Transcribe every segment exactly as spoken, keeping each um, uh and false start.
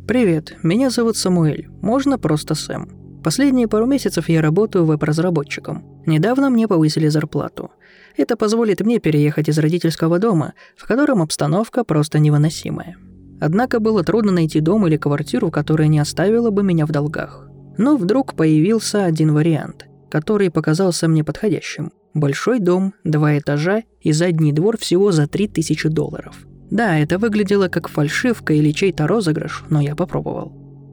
«Привет, меня зовут Самуэль, можно просто Сэм. Последние пару месяцев я работаю веб-разработчиком. Недавно мне повысили зарплату. Это позволит мне переехать из родительского дома, в котором обстановка просто невыносимая. Однако было трудно найти дом или квартиру, которая не оставила бы меня в долгах. Но вдруг появился один вариант, который показался мне подходящим. Большой дом, два этажа и задний двор всего за три тысячи долларов. Да, это выглядело как фальшивка или чей-то розыгрыш, но я попробовал.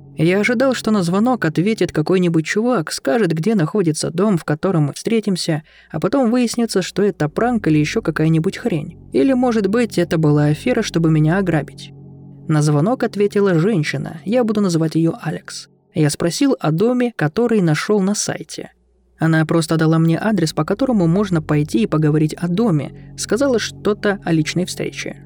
Я ожидал, что на звонок ответит какой-нибудь чувак, скажет, где находится дом, в котором мы встретимся, а потом выяснится, что это пранк или еще какая-нибудь хрень. Или, может быть, это была афера, чтобы меня ограбить. На звонок ответила женщина, я буду называть ее Алекс. Я спросил о доме, который нашел на сайте. Она просто дала мне адрес, по которому можно пойти и поговорить о доме, сказала что-то о личной встрече.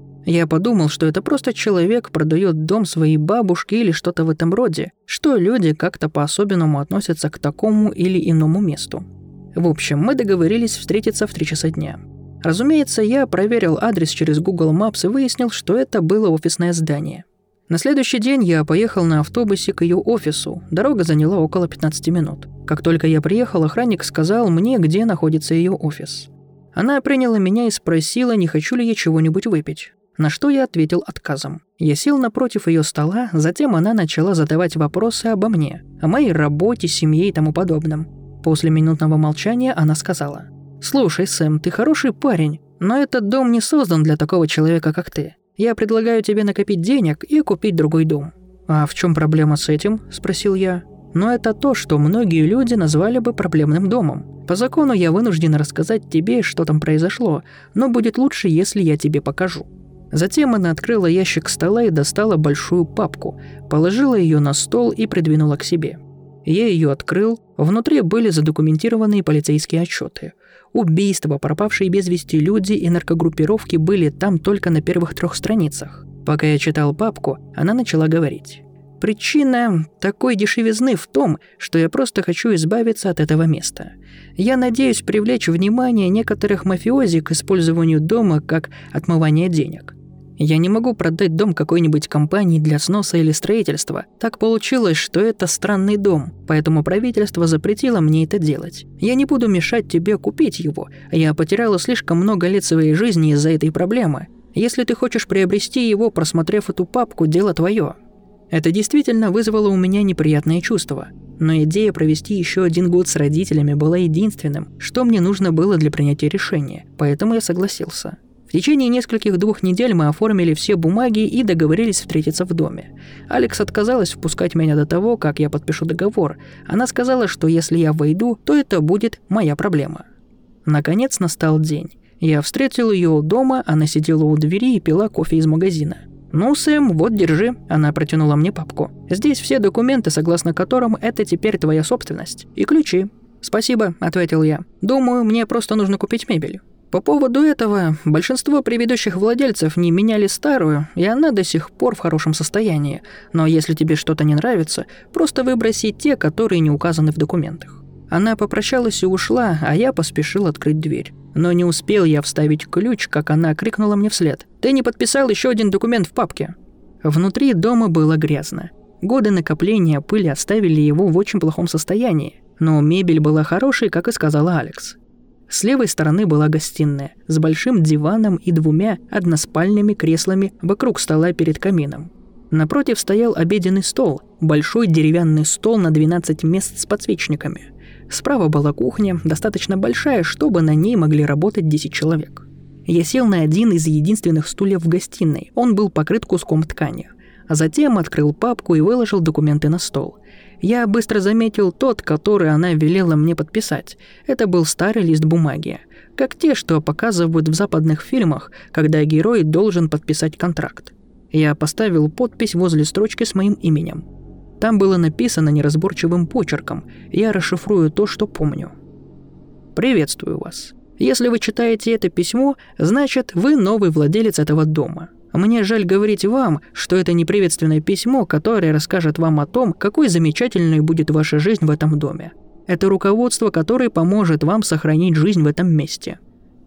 Я подумал, что это просто человек продает дом своей бабушке или что-то в этом роде, что люди как-то по-особенному относятся к такому или иному месту. В общем, мы договорились встретиться в три часа дня. Разумеется, я проверил адрес через Google Maps и выяснил, что это было офисное здание. На следующий день я поехал на автобусе к ее офису, дорога заняла около пятнадцать минут. Как только я приехал, охранник сказал мне, где находится ее офис. Она приняла меня и спросила, не хочу ли я чего-нибудь выпить. На что я ответил отказом. Я сел напротив ее стола, затем она начала задавать вопросы обо мне, о моей работе, семье и тому подобном. После минутного молчания она сказала: «Слушай, Сэм, ты хороший парень, но этот дом не создан для такого человека, как ты. Я предлагаю тебе накопить денег и купить другой дом». «А в чем проблема с этим?» – спросил я. «Но это то, что многие люди назвали бы проблемным домом. По закону я вынужден рассказать тебе, что там произошло, но будет лучше, если я тебе покажу». Затем она открыла ящик стола и достала большую папку, положила ее на стол и придвинула к себе. Я ее открыл, внутри были задокументированные полицейские отчеты. Убийства, пропавшие без вести люди и наркогруппировки были там только на первых трех страницах. Пока я читал папку, она начала говорить. «Причина такой дешевизны в том, что я просто хочу избавиться от этого места. Я надеюсь привлечь внимание некоторых мафиози к использованию дома как отмывания денег. Я не могу продать дом какой-нибудь компании для сноса или строительства. Так получилось, что это странный дом, поэтому правительство запретило мне это делать. Я не буду мешать тебе купить его. Я потеряла слишком много лет своей жизни из-за этой проблемы. Если ты хочешь приобрести его, просмотрев эту папку, дело твое». Это действительно вызвало у меня неприятные чувства. Но идея провести еще один год с родителями была единственным, что мне нужно было для принятия решения, поэтому я согласился. В течение нескольких двух недель мы оформили все бумаги и договорились встретиться в доме. Алекс отказалась впускать меня до того, как я подпишу договор. Она сказала, что если я войду, то это будет моя проблема. Наконец настал день. Я встретил ее у дома, она сидела у двери и пила кофе из магазина. «Ну, Сэм, вот держи», – она протянула мне папку. «Здесь все документы, согласно которым это теперь твоя собственность. И ключи». «Спасибо», – ответил я. «Думаю, мне просто нужно купить мебель». По поводу этого, большинство предыдущих владельцев не меняли старую, и она до сих пор в хорошем состоянии. Но если тебе что-то не нравится, просто выброси те, которые не указаны в документах. Она попрощалась и ушла, а я поспешил открыть дверь. Но не успел я вставить ключ, как она крикнула мне вслед: «Ты не подписал еще один документ в папке». Внутри дома было грязно. Годы накопления пыли оставили его в очень плохом состоянии. Но мебель была хорошей, как и сказала Алекс. С левой стороны была гостиная с большим диваном и двумя односпальными креслами вокруг стола перед камином. Напротив стоял обеденный стол, большой деревянный стол на двенадцать мест с подсвечниками. Справа была кухня, достаточно большая, чтобы на ней могли работать десять человек. Я сел на один из единственных стульев в гостиной, он был покрыт куском ткани. А затем открыл папку и выложил документы на стол. Я быстро заметил тот, который она велела мне подписать. Это был старый лист бумаги, как те, что показывают в западных фильмах, когда герой должен подписать контракт. Я поставил подпись возле строчки с моим именем. Там было написано неразборчивым почерком, я расшифрую то, что помню. «Приветствую вас. Если вы читаете это письмо, значит, вы новый владелец этого дома. Мне жаль говорить вам, что это не приветственное письмо, которое расскажет вам о том, какой замечательной будет ваша жизнь в этом доме. Это руководство, которое поможет вам сохранить жизнь в этом месте.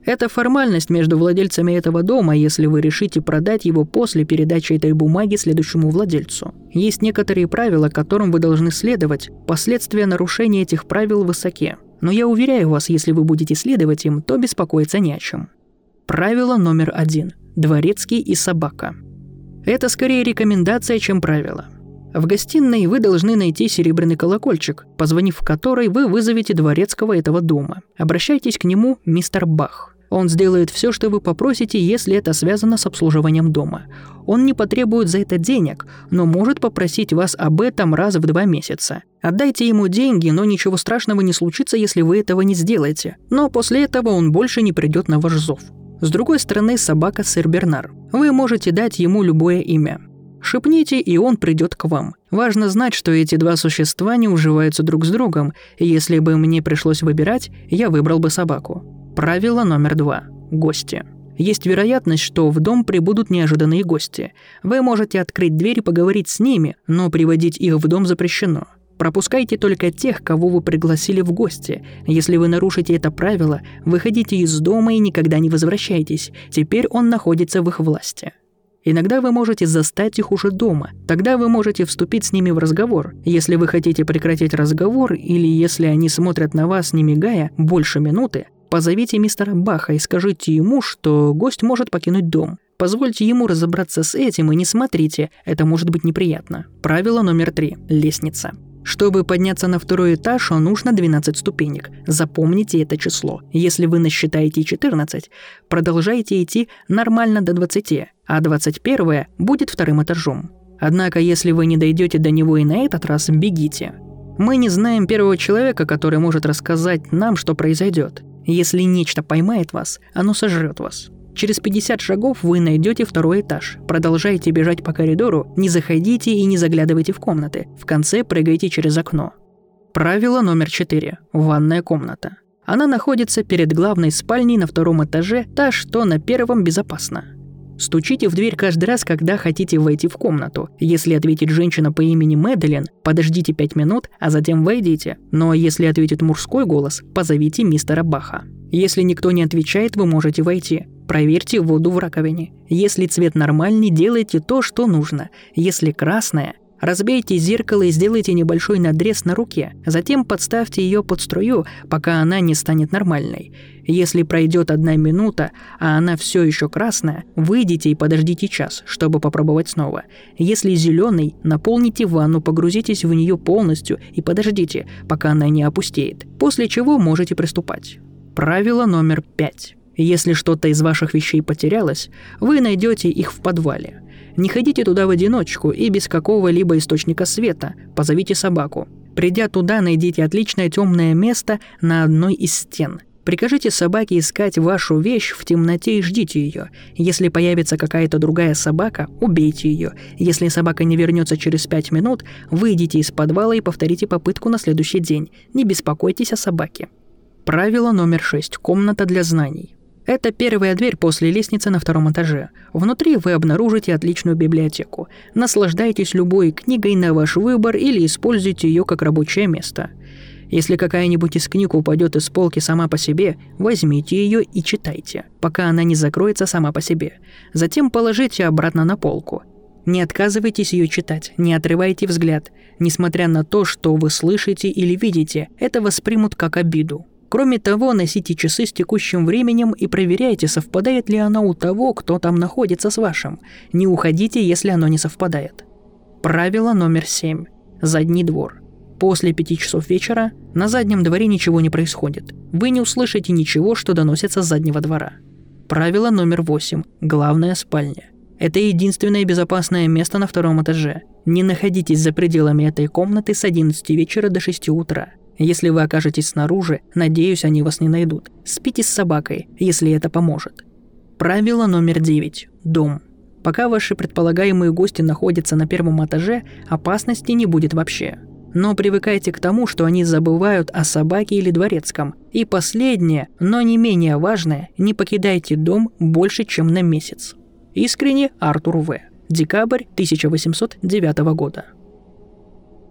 Это формальность между владельцами этого дома, если вы решите продать его после передачи этой бумаги следующему владельцу. Есть некоторые правила, которым вы должны следовать, последствия нарушения этих правил высоки. Но я уверяю вас, если вы будете следовать им, то беспокоиться не о чем. Правило номер один. Дворецкий и собака. Это скорее рекомендация, чем правило. В гостиной вы должны найти серебряный колокольчик, позвонив в который вы вызовете дворецкого этого дома. Обращайтесь к нему, мистер Бах. Он сделает все, что вы попросите, если это связано с обслуживанием дома. Он не потребует за это денег, но может попросить вас об этом раз в два месяца. Отдайте ему деньги, но ничего страшного не случится, если вы этого не сделаете. Но после этого он больше не придет на ваш зов. С другой стороны, собака сэр Бернар. Вы можете дать ему любое имя. Шепните, и он придет к вам. Важно знать, что эти два существа не уживаются друг с другом, и если бы мне пришлось выбирать, я выбрал бы собаку. Правило номер два. Гости. Есть вероятность, что в дом прибудут неожиданные гости. Вы можете открыть дверь и поговорить с ними, но приводить их в дом запрещено. Пропускайте только тех, кого вы пригласили в гости. Если вы нарушите это правило, выходите из дома и никогда не возвращайтесь. Теперь он находится в их власти. Иногда вы можете застать их уже дома. Тогда вы можете вступить с ними в разговор. Если вы хотите прекратить разговор или если они смотрят на вас, не мигая, больше минуты, позовите мистера Баха и скажите ему, что гость может покинуть дом. Позвольте ему разобраться с этим и не смотрите, это может быть неприятно. Правило номер три. Лестница. Чтобы подняться на второй этаж, нужно двенадцать ступенек. Запомните это число. Если вы насчитаете четырнадцать, продолжайте идти нормально до двадцати, а двадцать первое будет вторым этажом. Однако, если вы не дойдете до него и на этот раз, бегите. Мы не знаем первого человека, который может рассказать нам, что произойдет. Если нечто поймает вас, оно сожрет вас. Через пятьдесят шагов вы найдете второй этаж. Продолжайте бежать по коридору, не заходите и не заглядывайте в комнаты. В конце прыгайте через окно. Правило номер четыре. Ванная комната. Она находится перед главной спальней на втором этаже, та, что на первом, безопасна. Стучите в дверь каждый раз, когда хотите войти в комнату. Если ответит женщина по имени Мэдалин, подождите пять минут, а затем войдите. Но если ответит мужской голос, позовите мистера Баха. Если никто не отвечает, вы можете войти. Проверьте воду в раковине. Если цвет нормальный, делайте то, что нужно. Если красная, разбейте зеркало и сделайте небольшой надрез на руке. Затем подставьте ее под струю, пока она не станет нормальной. Если пройдет одна минута, а она все еще красная, выйдите и подождите час, чтобы попробовать снова. Если зеленый, наполните ванну, погрузитесь в нее полностью и подождите, пока она не опустеет. После чего можете приступать. Правило номер пять. Если что-то из ваших вещей потерялось, вы найдете их в подвале. Не ходите туда в одиночку и без какого-либо источника света, позовите собаку. Придя туда, найдите отличное темное место на одной из стен. Прикажите собаке искать вашу вещь в темноте и ждите ее. Если появится какая-то другая собака, убейте ее. Если собака не вернется через пять минут, выйдите из подвала и повторите попытку на следующий день. Не беспокойтесь о собаке. Правило номер шесть. Комната для знаний. Это первая дверь после лестницы на втором этаже. Внутри вы обнаружите отличную библиотеку. Наслаждайтесь любой книгой на ваш выбор или используйте ее как рабочее место. Если какая-нибудь из книг упадет из полки сама по себе, возьмите ее и читайте, пока она не закроется сама по себе. Затем положите обратно на полку. Не отказывайтесь ее читать, не отрывайте взгляд. Несмотря на то, что вы слышите или видите, это воспримут как обиду. Кроме того, носите часы с текущим временем и проверяйте, совпадает ли оно у того, кто там находится с вашим. Не уходите, если оно не совпадает. Правило номер семь. Задний двор. После пяти часов вечера на заднем дворе ничего не происходит. Вы не услышите ничего, что доносится с заднего двора. Правило номер восемь. Главная спальня. Это единственное безопасное место на втором этаже. Не находитесь за пределами этой комнаты с одиннадцати вечера до шести утра. Если вы окажетесь снаружи, надеюсь, они вас не найдут. Спите с собакой, если это поможет. Правило номер девять. Дом. Пока ваши предполагаемые гости находятся на первом этаже, опасности не будет вообще. Но привыкайте к тому, что они забывают о собаке или дворецком. И последнее, но не менее важное, не покидайте дом больше, чем на месяц. Искренне, Артур В. Декабрь тысяча восемьсот девятого года.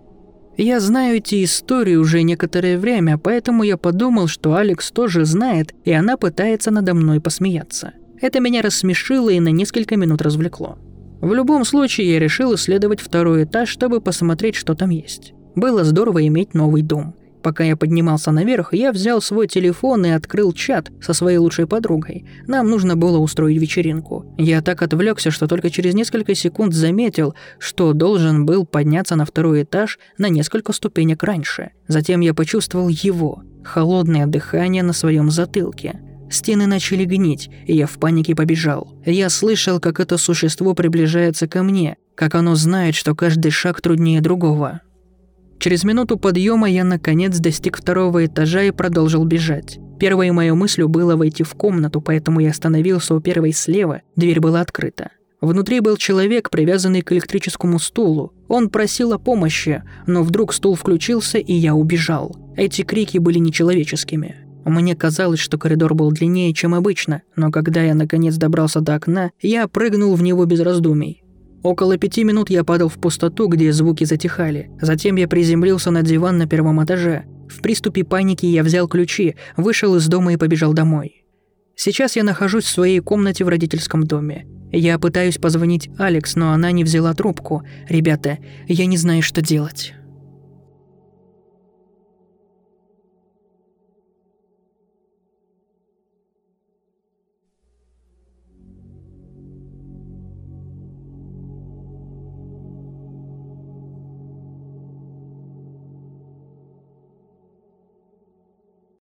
Я знаю эти истории уже некоторое время, поэтому я подумал, что Алекс тоже знает, и она пытается надо мной посмеяться. Это меня рассмешило и на несколько минут развлекло. В любом случае, я решил исследовать второй этаж, чтобы посмотреть, что там есть. Было здорово иметь новый дом. Пока я поднимался наверх, я взял свой телефон и открыл чат со своей лучшей подругой. Нам нужно было устроить вечеринку. Я так отвлекся, что только через несколько секунд заметил, что должен был подняться на второй этаж на несколько ступенек раньше. Затем я почувствовал его, холодное дыхание на своем затылке. Стены начали гнить, и я в панике побежал. Я слышал, как это существо приближается ко мне, как оно знает, что каждый шаг труднее другого. Через минуту подъема я наконец достиг второго этажа и продолжил бежать. Первой моей мыслью было войти в комнату, поэтому я остановился у первой слева, дверь была открыта. Внутри был человек, привязанный к электрическому стулу. Он просил о помощи, но вдруг стул включился, и я убежал. Эти крики были нечеловеческими. Мне казалось, что коридор был длиннее, чем обычно, но когда я наконец добрался до окна, я прыгнул в него без раздумий. Около пяти минут я падал в пустоту, где звуки затихали. Затем я приземлился на диван на первом этаже. В приступе паники я взял ключи, вышел из дома и побежал домой. Сейчас я нахожусь в своей комнате в родительском доме. Я пытаюсь позвонить Алекс, но она не взяла трубку. Ребята, я не знаю, что делать.